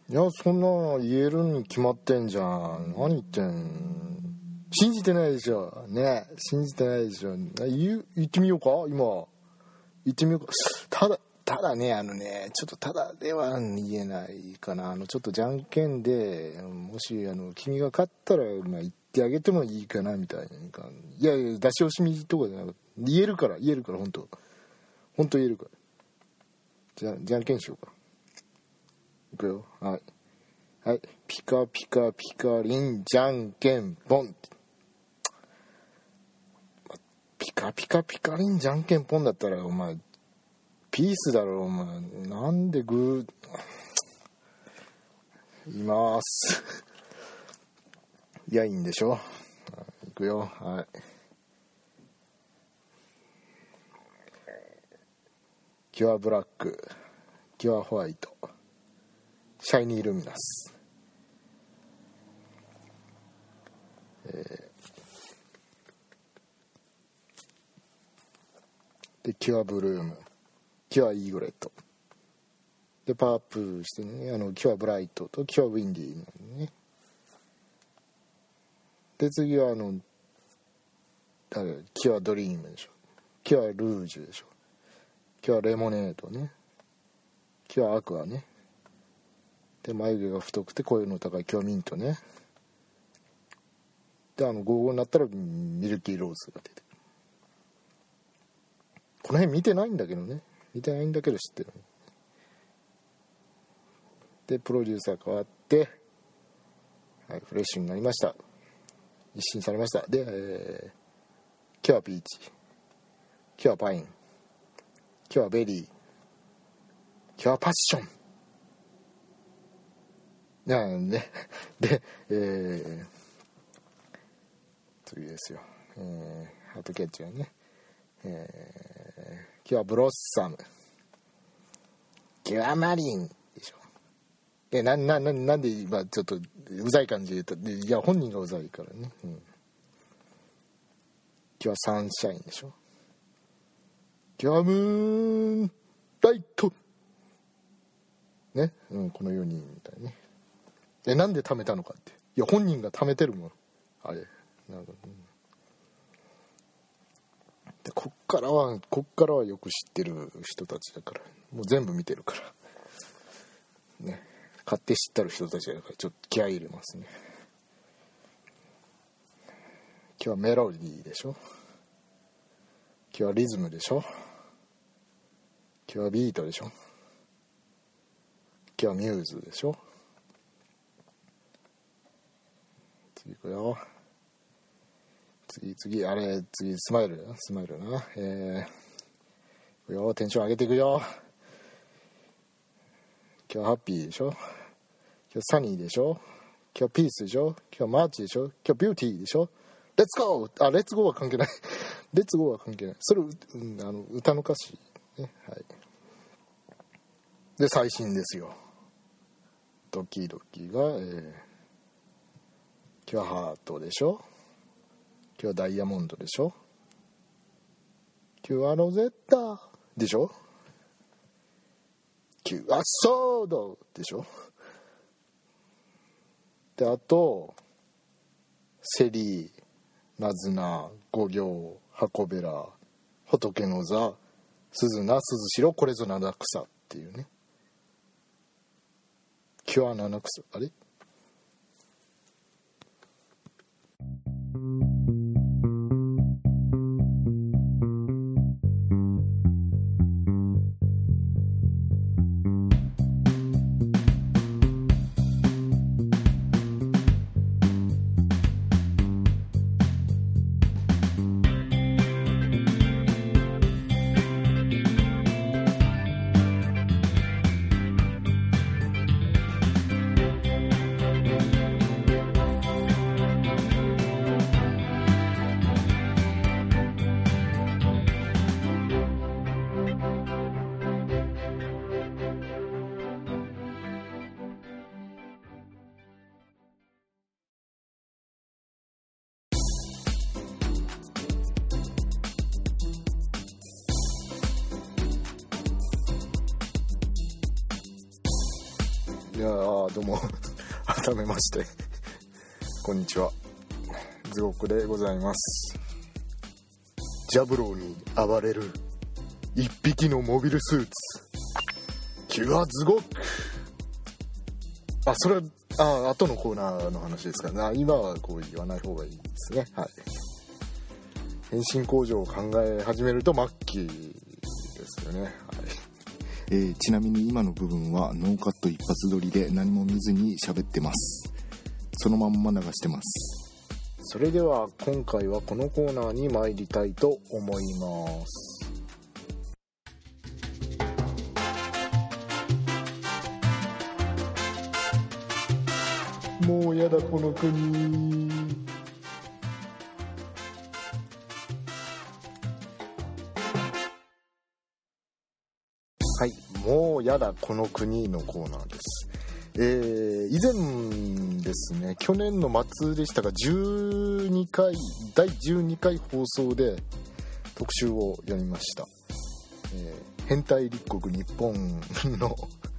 いや、そんなの言えるに決まってんじゃん。何言ってん。信じてないでしょね。信じてないでしょ。言ってみようか。今言ってみようか。ただね、ちょっとただでは言えないかな。ちょっとじゃんけんでもし君が勝ったら、まあ、言ってあげてもいいかなみたいな。いやいや、出し惜しみとかじゃなくて、言えるから本当言えるから。じゃんけんしようか。いくよ。はい、ピカピカピカリンじゃんけんポン。ピカピカピカリンじゃんけんポンだったらお前ピースだろお前。なんでグーいますいや、いいんでしょ。いくよ。はい、キュアブラック、キュアホワイト、シャイニールミナス、でキュアブルーム、キュアイーグレットでパワーアップしてね、キュアブライトとキュアウィンディーなんね。で次はキュアドリームでしょ、キュアルージュでしょ、キュアレモネードね、キュアアクアね、で眉毛が太くて声の高いキュアミントね。で55になったらミルキーローズが出てくる。この辺見てないんだけど知ってる。でプロデューサー変わって、はい、フレッシュになりました。一新されました。で、キュアピーチ、キュアパイン、キュアベリー、キュアパッションなんで次ですよ。ハートキャッチャーね。キュアブロッサム、キュアマリンでしょ。なんで今ちょっとうざい感じで言った。いや本人がうざいからね。キュアサンシャインでしょ。キュアムーンライトね、この4人みたいね。なんで貯めたのかって。いや本人が貯めてるもんあれ。なんか、でこっからはよく知ってる人たちだから、もう全部見てるからね。買って知ったる人たちだからちょっと気合い入れますね。今日はメロディーでしょ、今日はリズムでしょ、今日はビートでしょ、今日はミューズでしょ。次行くよ。次スマイルな。いくよ、テンション上げていくよ。今日はハッピーでしょ、今日サニーでしょ、今日ピースでしょ、今日マーチでしょ、今日ビューティーでしょ。レッツゴー。レッツゴーは関係ないレッツゴーは関係ない。それ、歌の歌詞ね。はい。で最新ですよ。ドキドキが、今日はハートでしょ、今日はダイヤモンドでしょ、今日はロゼッタでしょ、今日はソードでしょ。であとセリー、ナズナ、五行、箱べら、仏の座、鈴名、鈴代、これぞ七草っていうね。今日は七草、あれいやどうも改めましてこんにちは、ズゴックでございます。ジャブローに暴れる一匹のモビルスーツ、キュアズゴック。それは後のコーナーの話ですからね。今はこう言わない方がいいですね。はい。変身工場を考え始めると末期ですよね。はい。 ちなみに今の部分はノーカット一発撮りで何も見ずに喋ってます。そのまんま流してます。 それでは今回はこのコーナーに参りたいと思います。もうやだこの国。はい、もうやだこの国のコーナーです。以前ですね、去年の末でしたが第12回放送で特集をやりました。変態立国日本の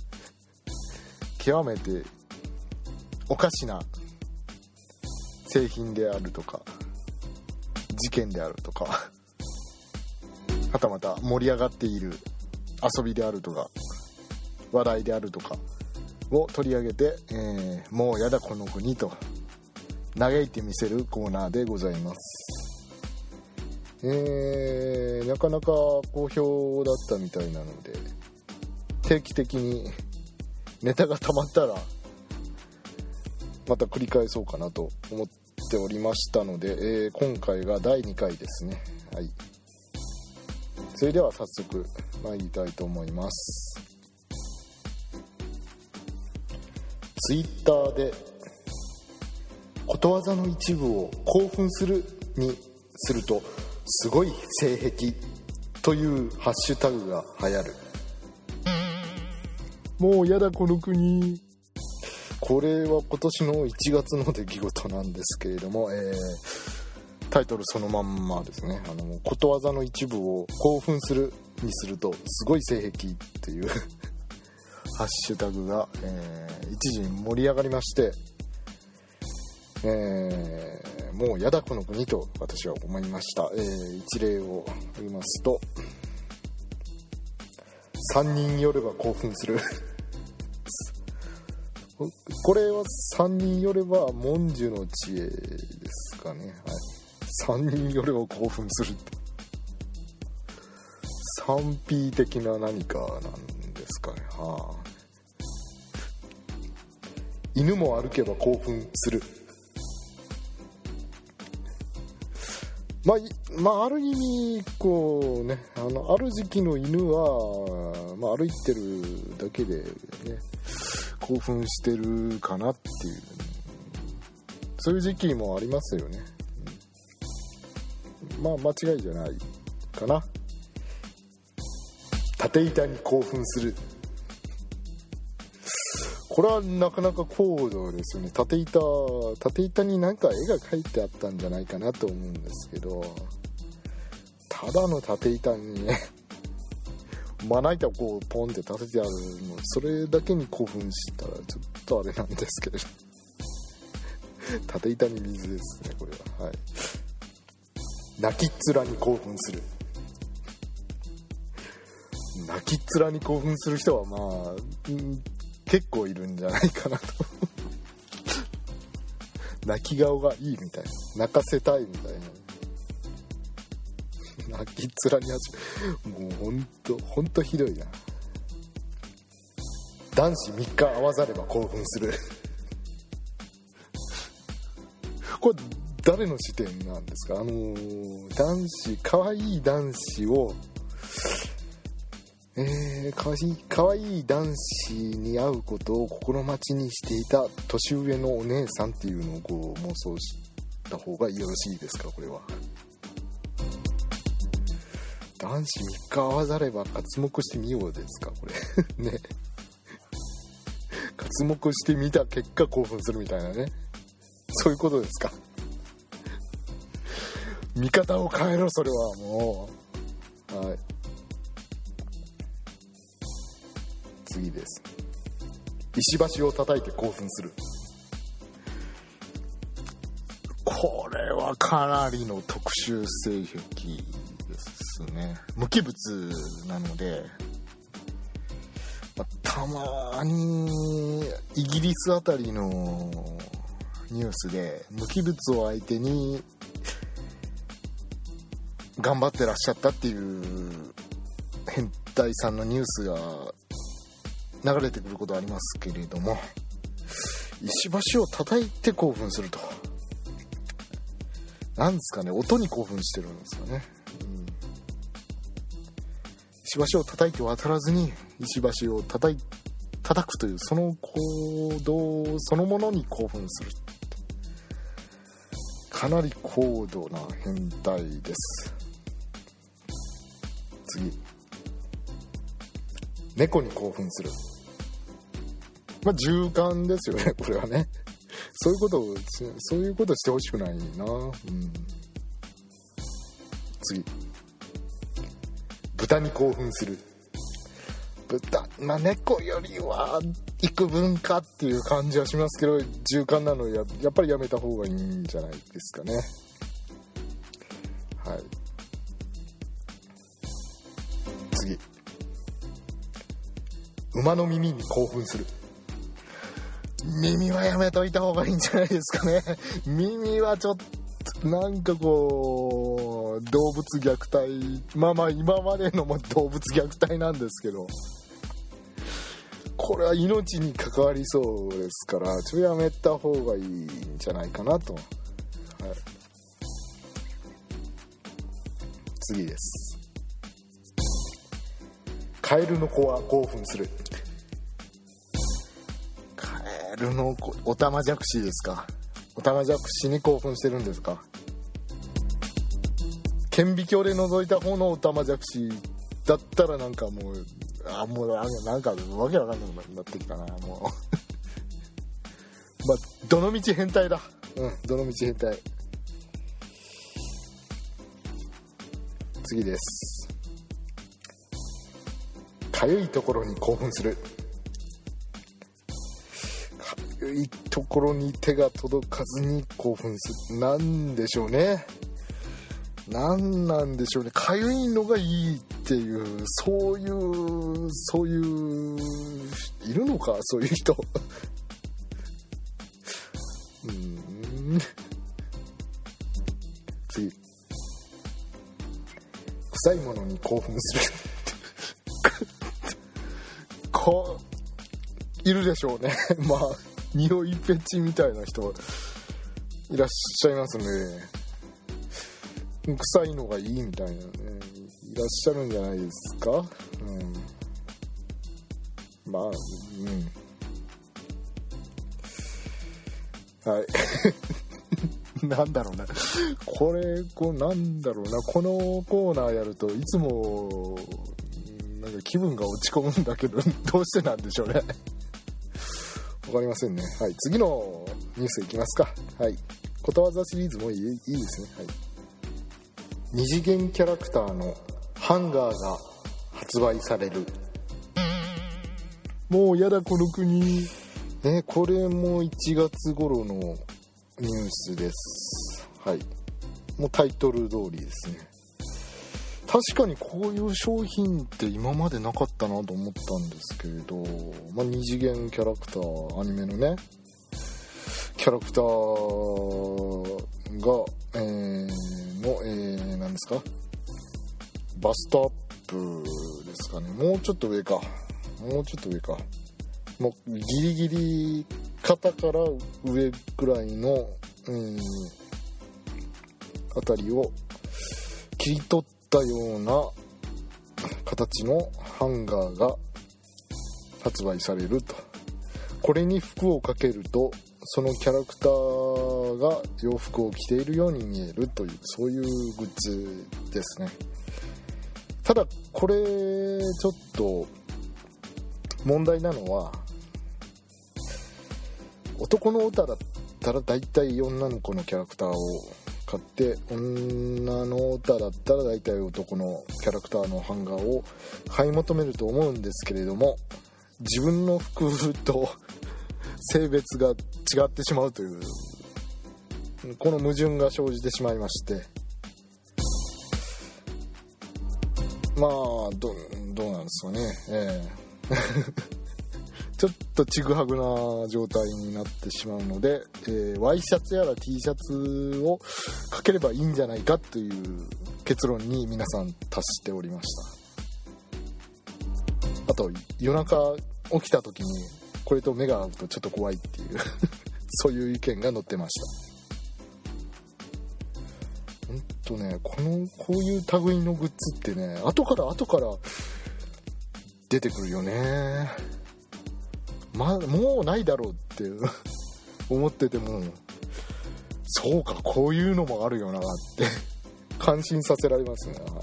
極めておかしな製品であるとか事件であるとか、はたまた盛り上がっている遊びであるとか話題であるとかを取り上げて、もうやだこの国と嘆いてみせるコーナーでございます。なかなか好評だったみたいなので、定期的にネタが溜まったらまた繰り返そうかなと思っておりましたので、今回が第2回ですね。はい。それでは早速参りたいと思います。ツイッターでことわざの一部を興奮するにするとすごい性癖というハッシュタグが流行る。もうやだこの国。これは今年の1月の出来事なんですけれども、タイトルそのまんまですね。ことわざの一部を興奮するにするとすごい性癖っていうハッシュタグが、一時盛り上がりまして、もうやだこの国と私は思いました。一例を言いますと、3人寄れば興奮するこれは3人寄れば文殊の知恵ですかね。はい、3人寄れば興奮するって 3P 的な何かなんですかね。犬も歩けば興奮する。ある意味こうね、ある時期の犬は、歩いてるだけでね興奮してるかなっていう、そういう時期もありますよね。間違いじゃないかな。縦板に興奮する。これはなかなか高度ですよね。縦板になんか絵が描いてあったんじゃないかなと思うんですけど、ただの縦板にねまな板をこうポンって立ててあるの、それだけに興奮したらちょっとあれなんですけど縦板に水ですね、これは。はい。泣きっ面に興奮する。泣きっ面に興奮する人は結構いるんじゃないかなと泣き顔がいいみたいな、泣かせたいみたいな、泣きっ面にもうほんとひどいな。男子3日会わざれば興奮するこれ誰の視点なんですか？可愛い男子を可愛い男子に会うことを心待ちにしていた年上のお姉さんっていうのをこう妄想した方がよろしいですか？これは男子3日会わざれば刮目してみようですか？これね、刮目してみた結果興奮するみたいなね、そういうことですか？見方を変えろ、それはもう。はい、次です。 石橋を叩いて興奮する。これはかなりの特殊性癖ですね。無機物なので、たまにイギリスあたりのニュースで無機物を相手に頑張ってらっしゃったっていう変態さんのニュースが流れてくることありますけれども、石橋を叩いて興奮すると、なんですかね、音に興奮してるんですよね、石橋を叩いて渡らずに石橋を叩くというその行動そのものに興奮する。かなり高度な変態です。次、猫に興奮する。循環ですよね、これはね。そういうことしてほしくないな。次、豚に興奮する。豚、猫よりは幾分かっていう感じはしますけど、循環なので やっぱりやめた方がいいんじゃないですかね。はい。次、馬の耳に興奮する。耳はやめといた方がいいんじゃないですかね。耳はちょっとなんかこう動物虐待、今までのも動物虐待なんですけど、これは命に関わりそうですから、ちょっとやめた方がいいんじゃないかなと。はい、次です。カエルの子は興奮する。カエルの子、オタマジャクシですか。オタマジャクシに興奮してるんですか。顕微鏡で覗いた方のオタマジャクシだったらなんかもうなんかわけわかんなくなってきたな、もうどのみち変態だ。どのみち変態。次です。かゆいところに興奮する。かゆいところに手が届かずに興奮する。なんでしょうね。なんでしょうね。かゆいのがいいっていう、そういういるのか、そういう人。次、臭いものに興奮する。いるでしょうね。匂いフェチみたいな人いらっしゃいますね。臭いのがいいみたいなね、いらっしゃるんじゃないですか。はいなんだろうな、なんだろうな、このコーナーやるといつもなんか気分が落ち込むんだけど、どうしてなんでしょうね。わかりませんね。はい、次のニュースいきますか。はい、ことわざシリーズもいいですね。はい、二次元キャラクターのハンガーが発売される。もうやだこの国。これも1月頃のニュースです。はい。もうタイトル通りですね。確かにこういう商品って今までなかったなと思ったんですけれど、二次元キャラクター、アニメのね、キャラクターが、何ですか、バストアップですかね。もうちょっと上か。もうギリギリ肩から上くらいの、あたりを切り取ったような形のハンガーが発売されると。これに服をかけるとそのキャラクターが洋服を着ているように見えるという、そういうグッズですね。ただこれちょっと問題なのは、男の歌だったら大体女の子のキャラクターを買って、女の歌だったら大体男のキャラクターのハンガーを買い求めると思うんですけれども、 自分の服と性別が違ってしまうというこの矛盾が生じてしまいまして、まあどうなんですかね、ちょっとちぐはぐな状態になってしまうので、ワイシャツやら T シャツをかければいいんじゃないかという結論に皆さん達しておりました。あと夜中起きた時にこれと目が合うとちょっと怖いっていうそういう意見が載ってました。こういう類のグッズってね、後から出てくるよね。もうないだろうって思ってても、そうか、こういうのもあるよなって感心させられますね。はい、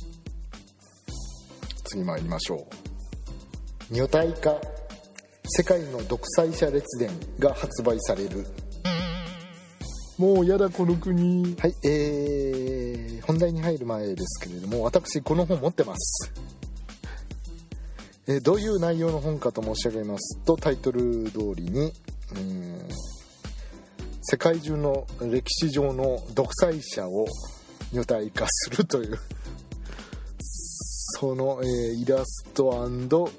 次参りましょう。女体化世界の独裁者列伝が発売される。もうやだこの国。はい、本題に入る前ですけれども、私この本持ってます。どういう内容の本かと申し上げますと、タイトル通りに、世界中の歴史上の独裁者を女体化するというその、イラスト&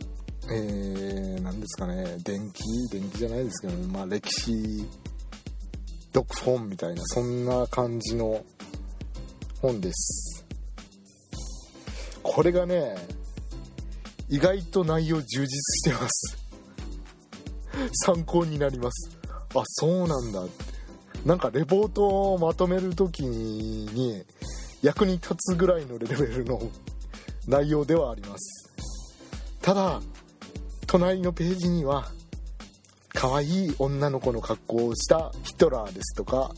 何ですかね、電気じゃないですけど、まあ歴史読本みたいな、そんな感じの本です。これがね、意外と内容充実してます。参考になります。あ、そうなんだって。なんかレポートをまとめるときに役に立つぐらいのレベルの内容ではあります。ただ隣のページには可愛い女の子の格好をしたヒトラーですとか、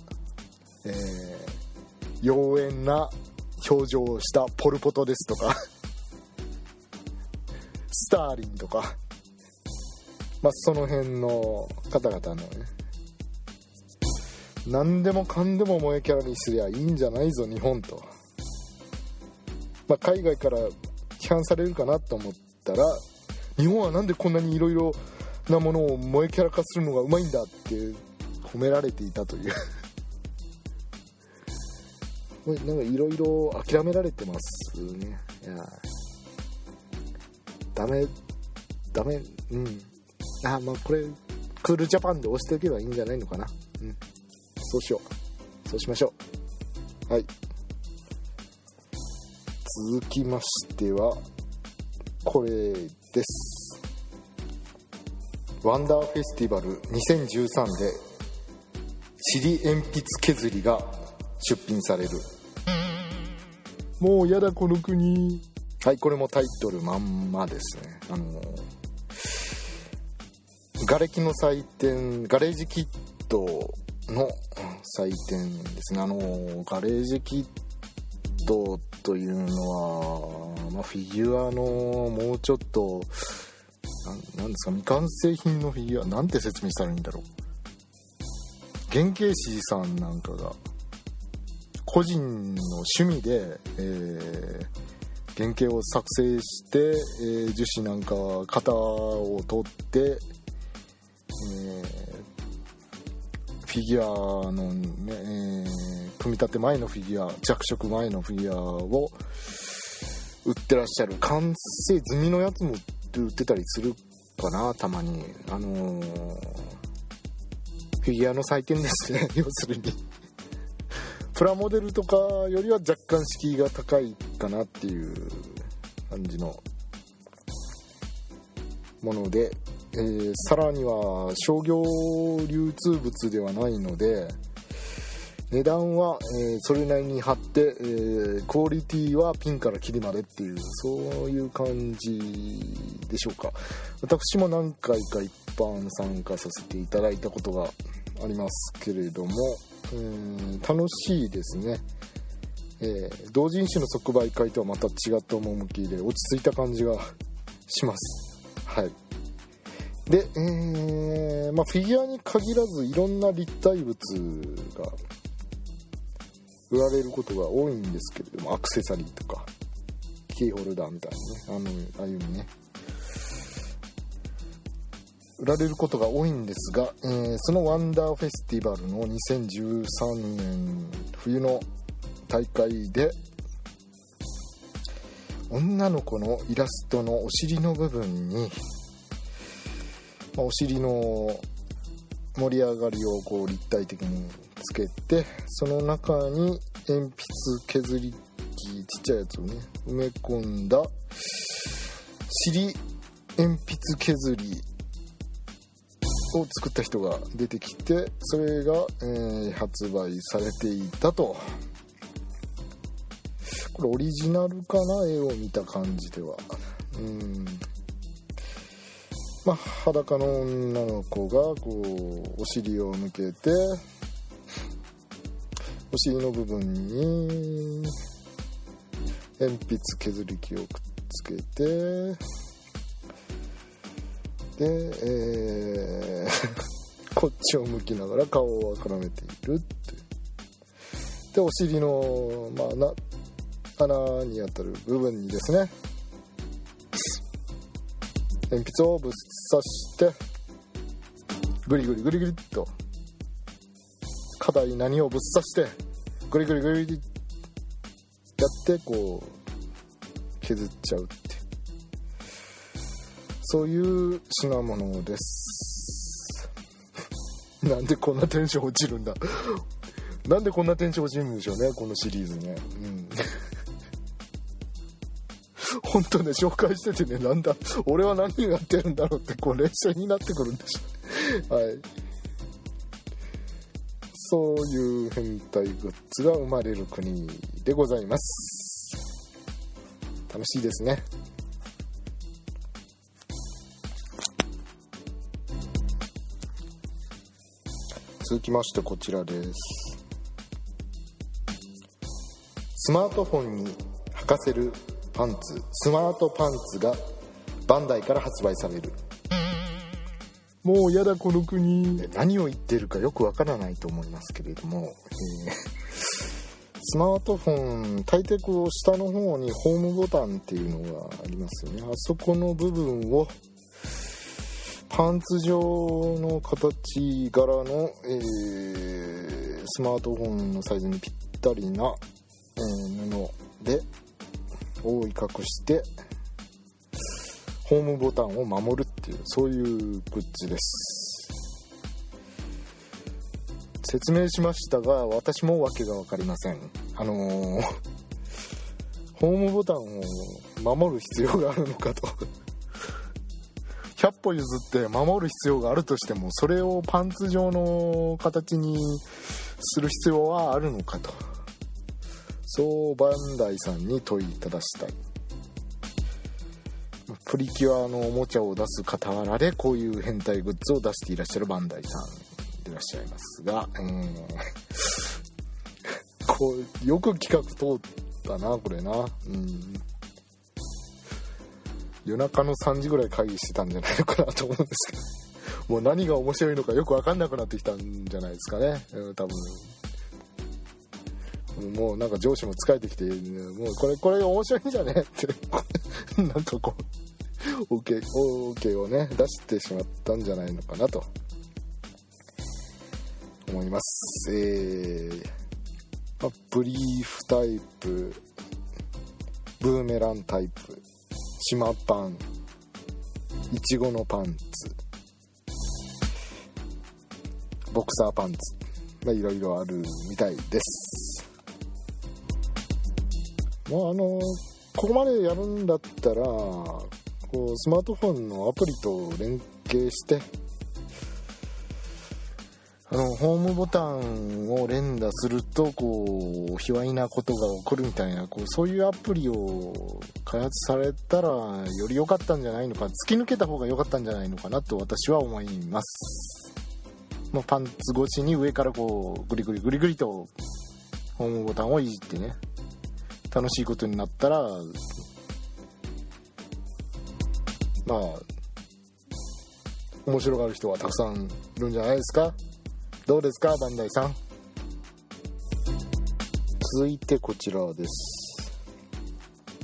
妖艶な表情をしたポルポトですとかスターリンとか、まあその辺の方々のね、何でもかんでも萌えキャラにすりゃいいんじゃないぞ日本と、まあ、海外から批判されるかなと思ったら、日本はなんでこんなにいろいろなものを萌えキャラ化するのがうまいんだって褒められていたというなんかいろいろ諦められてますね。いやダメまあこれクールジャパンで押しておけばいいんじゃないのかな。そうしましょう。はい、続きましてはこれです。ワンダーフェスティバル2013で尻鉛筆削りが出品される。もうやだこの国。はい、これもタイトルまんまですね。ガレキの祭典、ガレージキットの祭典ですね。ガレージキットというのは、まあ、フィギュアのもうちょっとなんですか、未完成品のフィギュア、なんて説明したらいいんだろう。原型師さんなんかが個人の趣味で、原型を作成して、樹脂なんか型を取って、フィギュアのね、組み立て前のフィギュア、着色前のフィギュアを売ってらっしゃる。完成済みのやつも売ってたりするかな、たまに。フィギュアの祭典ですね要するにプラモデルとかよりは若干敷居が高いかなっていう感じのもので、さらには商業流通物ではないので値段は、それなりに張って、クオリティはピンからキリまでっていう、そういう感じでしょうか。私も何回か一般参加させていただいたことがありますけれども、楽しいですね。同人誌の即売会とはまた違った趣で落ち着いた感じがします。はい。で、まあ、フィギュアに限らずいろんな立体物が売られることが多いんですけれども、アクセサリーとかキーホルダーみたいなね、ああいうのね。 売られることが多いんですが、そのワンダーフェスティバルの2013年冬の大会で女の子のイラストのお尻の部分に、お尻の盛り上がりをこう立体的につけて、その中に鉛筆削り器ちっちゃいやつをね埋め込んだ尻鉛筆削りを作った人が出てきて、それが、発売されていたと。これオリジナルかな、絵を見た感じでは。裸の女の子がこうお尻を向けて、お尻の部分に鉛筆削り器をくっつけて、で、こっちを向きながら顔を赤らめているって。で、お尻の、穴に当たる部分にですね、鉛筆をぶっ刺してグリグリグリグリっと課題何をぶっ刺してグリグリグリやってこう削っちゃうって、そういう品物です。なんでこんなテンション落ちるんだなんでこんなテンション落ちるんでしょうね、このシリーズね。本当ね、紹介しててね、なんだ俺は何をやってるんだろうってこう冷静になってくるんですはい、そういう変態グッズが生まれる国でございます。楽しいですね。続きましてこちらです。スマートフォンに履かせるパンツ、スマートパンツがバンダイから発売される。もうやだこの国。何を言っているかよくわからないと思いますけれども、スマートフォン大抵こう下の方にホームボタンっていうのがありますよね。あそこの部分をパンツ状の形柄の、スマートフォンのサイズにぴったりな、布で覆い隠してホームボタンを守るっていう、そういうグッズです。説明しましたが私もわけが分かりません。ホームボタンを守る必要があるのかと100歩譲って守る必要があるとしても、それをパンツ状の形にする必要はあるのかと、そうバンダイさんに問いただしたい。プリキュアのおもちゃを出す傍らでこういう変態グッズを出していらっしゃるバンダイさんでいらっしゃいますが、こうよく企画通ったなこれな。夜中の3時ぐらい会議してたんじゃないのかなと思うんですけど、もう何が面白いのかよく分かんなくなってきたんじゃないですかね。多分もうなんか上司も疲れてきて、もうこれ面白いんじゃねってなんかこう OK をね出してしまったんじゃないのかなと思います。ブリーフタイプ、ブーメランタイプ、島パン、いちごのパンツ、ボクサーパンツ、いろいろあるみたいです。ここまでやるんだったらこうスマートフォンのアプリと連携してホームボタンを連打するとこう卑猥なことが起こるみたいな、そういうアプリを開発されたらより良かったんじゃないのか、突き抜けた方が良かったんじゃないのかなと私は思います。パンツ越しに上からこうグリグリグリグリとホームボタンをいじってね、楽しいことになったら面白がる人はたくさんいるんじゃないですか。どうですかバンダイさん。続いてこちらです。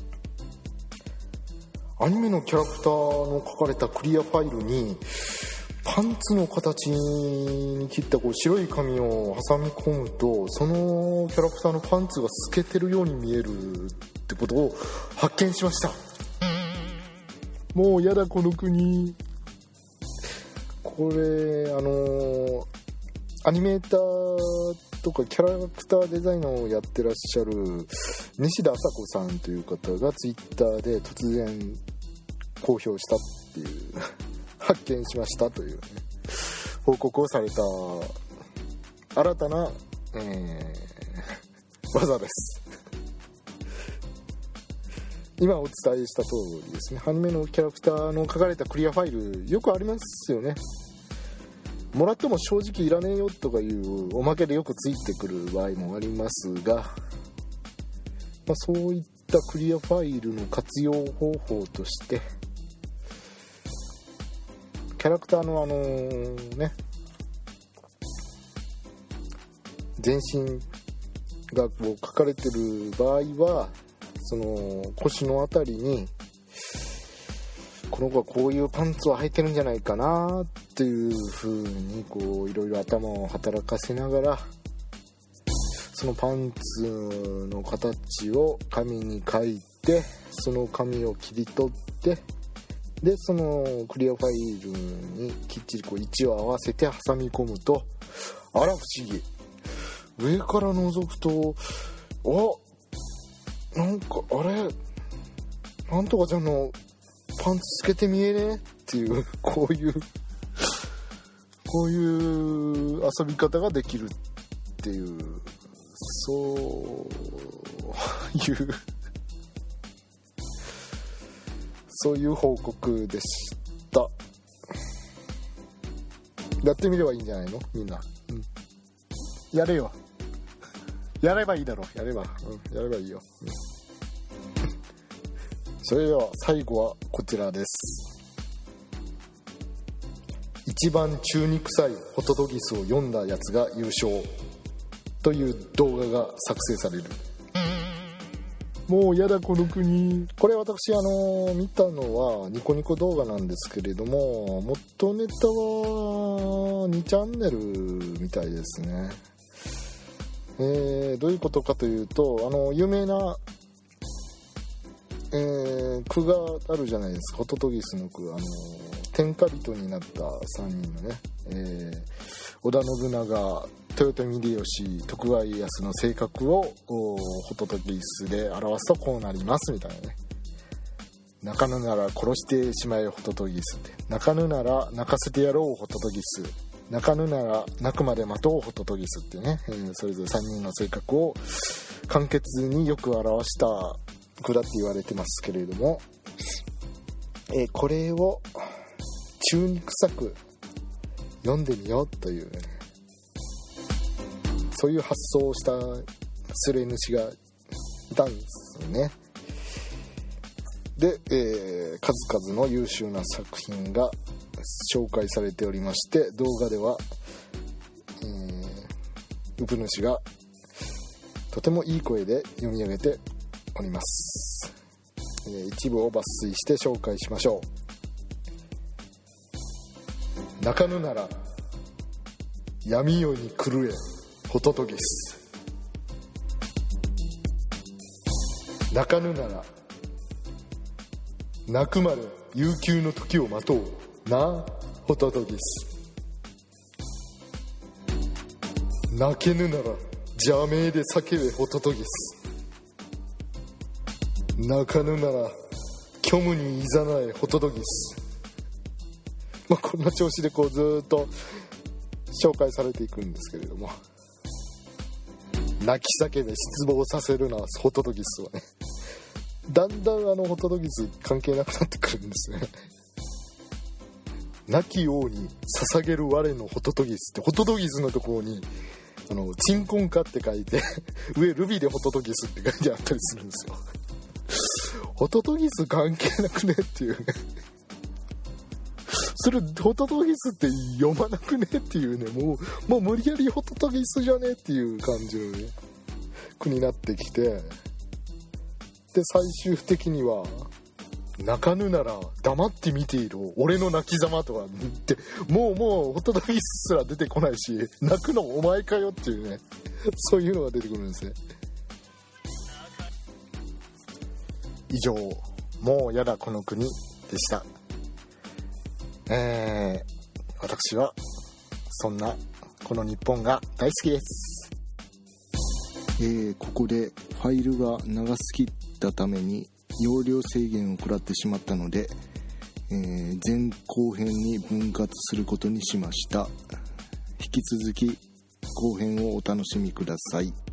アニメのキャラクターの書かれたクリアファイルにパンツの形に切ったこう白い紙を挟み込むと、そのキャラクターのパンツが透けてるように見えるってことを発見しました。もうやだこの国。これアニメーターとかキャラクターデザイナーをやってらっしゃる西田麻子さんという方がツイッターで突然公表したっていう発見しましたという、ね、報告をされた新たな、技です。今お伝えした通りですね、アニメのキャラクターの書かれたクリアファイルよくありますよね。もらっても正直いらねえよとかいうおまけでよくついてくる場合もありますが、そういったクリアファイルの活用方法としてキャラクターの全身がこう書かれてる場合は、その腰のあたりにこの子はこういうパンツを履いてるんじゃないかなっていう風にこういろいろ頭を働かせながら、そのパンツの形を紙に書いて、その紙を切り取って、でそのクリアファイルにきっちりこう位置を合わせて挟み込むと、あら不思議、上から覗くとなんかあれなんとかちゃんのパンツつけて見えねっていうこういう遊び方ができるっていう、そういう報告でした。やってみればいいんじゃないのみんな、やれよ、やればいいだろ、やればいいよ、それでは最後はこちらです。一番中に臭いホトトギスを読んだやつが優勝という動画が作成される。もうやだこの国。これ私見たのはニコニコ動画なんですけれども、元ネタは2チャンネルみたいですね。どういうことかというと、有名な句があるじゃないですか。ホトトギスの句、天下人になった3人のね、織田信長、豊臣秀吉、徳川家康の性格をホトトギスで表すとこうなりますみたいなね。泣かぬなら殺してしまえホトトギスって、泣かぬなら泣かせてやろうホトトギス、泣かぬなら泣くまで待とうホトトギスってね、それぞれ3人の性格を簡潔によく表した句だって言われてますけれども、これを中に臭く読んでみようという、ね、そういう発想をしたスレ主がいたんですよね。で、数々の優秀な作品が紹介されておりまして、動画では、ウプ主がとてもいい声で読み上げております。一部を抜粋して紹介しましょう。泣かぬなら闇夜に狂えホトトギス、泣かぬなら泣くまで悠久の時を待とうなホトトギス、泣けぬなら邪名で叫べホトトギス、泣かぬなら虚無にいざなえホトトギス。こんな調子でこうずっと紹介されていくんですけれども、泣き叫べ失望させるなホトトギスはね、だんだんホトトギス関係なくなってくるんですね。亡き王に捧げる我のホトトギスって、ホトトギスのところにチンコンカって書いて上ルビでホトトギスって書いてあったりするんですよ。ホトトギス関係なくねっていうね。それホトトギスって読まなくねっていうね、もう無理やりホトトギスじゃねっていう感じのね句になってきて、で最終的には泣かぬなら黙って見ていろ俺の泣きざまとかってもうホットドッグすら出てこないし、泣くのお前かよっていうね、そういうのが出てくるんですね。以上、もうやだこの国でした。私はそんなこの日本が大好きです。 ここでファイルが長すぎたために容量制限を食らってしまったので、前後編に分割することにしました。引き続き後編をお楽しみください。